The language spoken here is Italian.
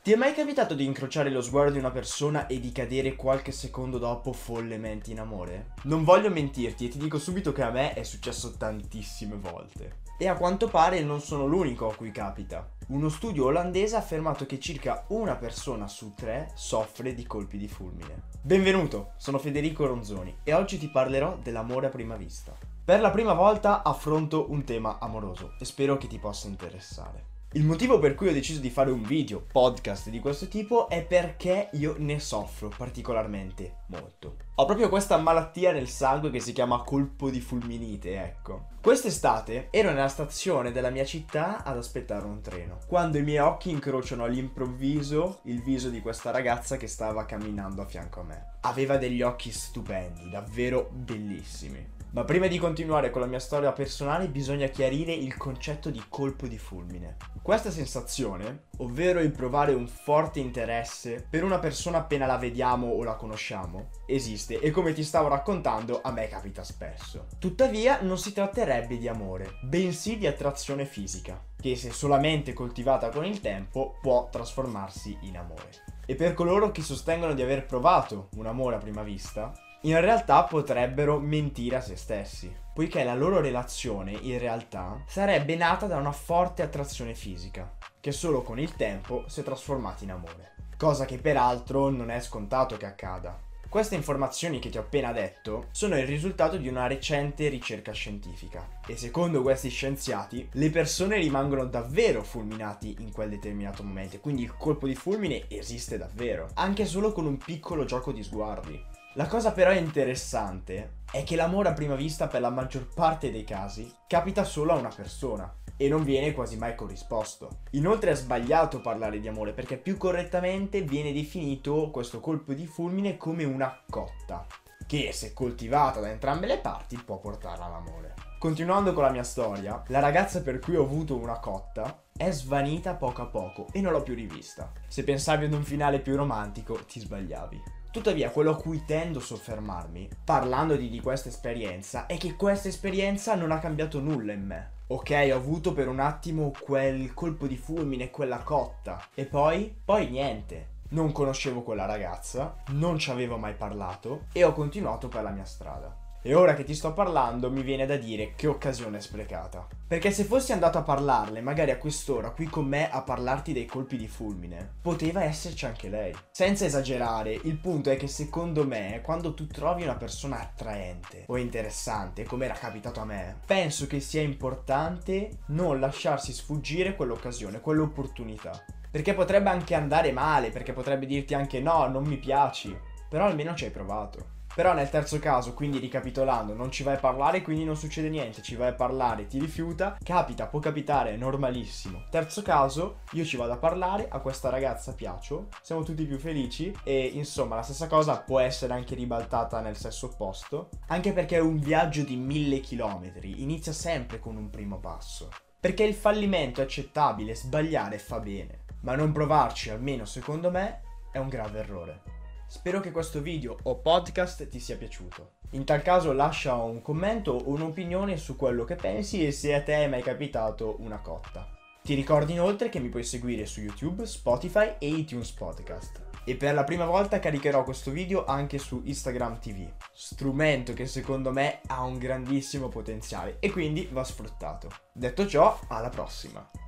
Ti è mai capitato di incrociare lo sguardo di una persona e di cadere qualche secondo dopo follemente in amore? Non voglio mentirti e ti dico subito che a me è successo tantissime volte. E a quanto pare non sono l'unico a cui capita. Uno studio olandese ha affermato che circa una persona su 3 soffre di colpi di fulmine. Benvenuto, sono Federico Ronzoni e oggi ti parlerò dell'amore a prima vista. Per la prima volta affronto un tema amoroso e spero che ti possa interessare. Il motivo per cui ho deciso di fare un video, podcast di questo tipo è perché io ne soffro particolarmente molto. Ho proprio questa malattia nel sangue che si chiama colpo di fulminite, ecco. Quest'estate ero nella stazione della mia città ad aspettare un treno, quando i miei occhi incrociano all'improvviso il viso di questa ragazza che stava camminando a fianco a me. Aveva degli occhi stupendi, davvero bellissimi. Ma prima di continuare con la mia storia personale bisogna chiarire il concetto di colpo di fulmine. Questa sensazione, ovvero il provare un forte interesse per una persona appena la vediamo o la conosciamo, esiste e come ti stavo raccontando a me capita spesso. Tuttavia non si tratterebbe di amore, bensì di attrazione fisica, che se solamente coltivata con il tempo può trasformarsi in amore. E per coloro che sostengono di aver provato un amore a prima vista, in realtà potrebbero mentire a se stessi, poiché la loro relazione in realtà sarebbe nata da una forte attrazione fisica, che solo con il tempo si è trasformata in amore, cosa che peraltro non è scontato che accada. Queste informazioni che ti ho appena detto sono il risultato di una recente ricerca scientifica e secondo questi scienziati le persone rimangono davvero fulminati in quel determinato momento, quindi il colpo di fulmine esiste davvero, anche solo con un piccolo gioco di sguardi. La cosa però interessante è che l'amore a prima vista per la maggior parte dei casi capita solo a una persona e non viene quasi mai corrisposto. Inoltre è sbagliato parlare di amore perché più correttamente viene definito questo colpo di fulmine come una cotta, che se coltivata da entrambe le parti può portare all'amore. Continuando con la mia storia, la ragazza per cui ho avuto una cotta è svanita poco a poco e non l'ho più rivista. Se pensavi ad un finale più romantico, ti sbagliavi. Tuttavia, quello a cui tendo a soffermarmi, parlando di questa esperienza, è che questa esperienza non ha cambiato nulla in me. Ok, ho avuto per un attimo quel colpo di fulmine, quella cotta, e poi niente. Non conoscevo quella ragazza, non ci avevo mai parlato, e ho continuato per la mia strada. E ora che ti sto parlando mi viene da dire che occasione sprecata. Perché se fossi andato a parlarle, magari a quest'ora qui con me a parlarti dei colpi di fulmine, poteva esserci anche lei. Senza esagerare, il punto è che secondo me, quando tu trovi una persona attraente o interessante, come era capitato a me, penso che sia importante non lasciarsi sfuggire quell'occasione, quell'opportunità. Perché potrebbe anche andare male, perché potrebbe dirti anche no, non mi piaci, però almeno ci hai provato. Però nel terzo caso, quindi ricapitolando, non ci vai a parlare, quindi non succede niente, ci vai a parlare, ti rifiuta, capita, può capitare, è normalissimo. Terzo caso, io ci vado a parlare, a questa ragazza piaccio, siamo tutti più felici e insomma la stessa cosa può essere anche ribaltata nel sesso opposto, anche perché un viaggio di 1000 chilometri inizia sempre con un primo passo. Perché il fallimento è accettabile, sbagliare fa bene, ma non provarci, almeno secondo me, è un grave errore. Spero che questo video o podcast ti sia piaciuto. In tal caso lascia un commento o un'opinione su quello che pensi e se a te è mai capitato una cotta. Ti ricordo inoltre che mi puoi seguire su YouTube, Spotify e iTunes Podcast. E per la prima volta caricherò questo video anche su Instagram TV, strumento che secondo me ha un grandissimo potenziale e quindi va sfruttato. Detto ciò, alla prossima!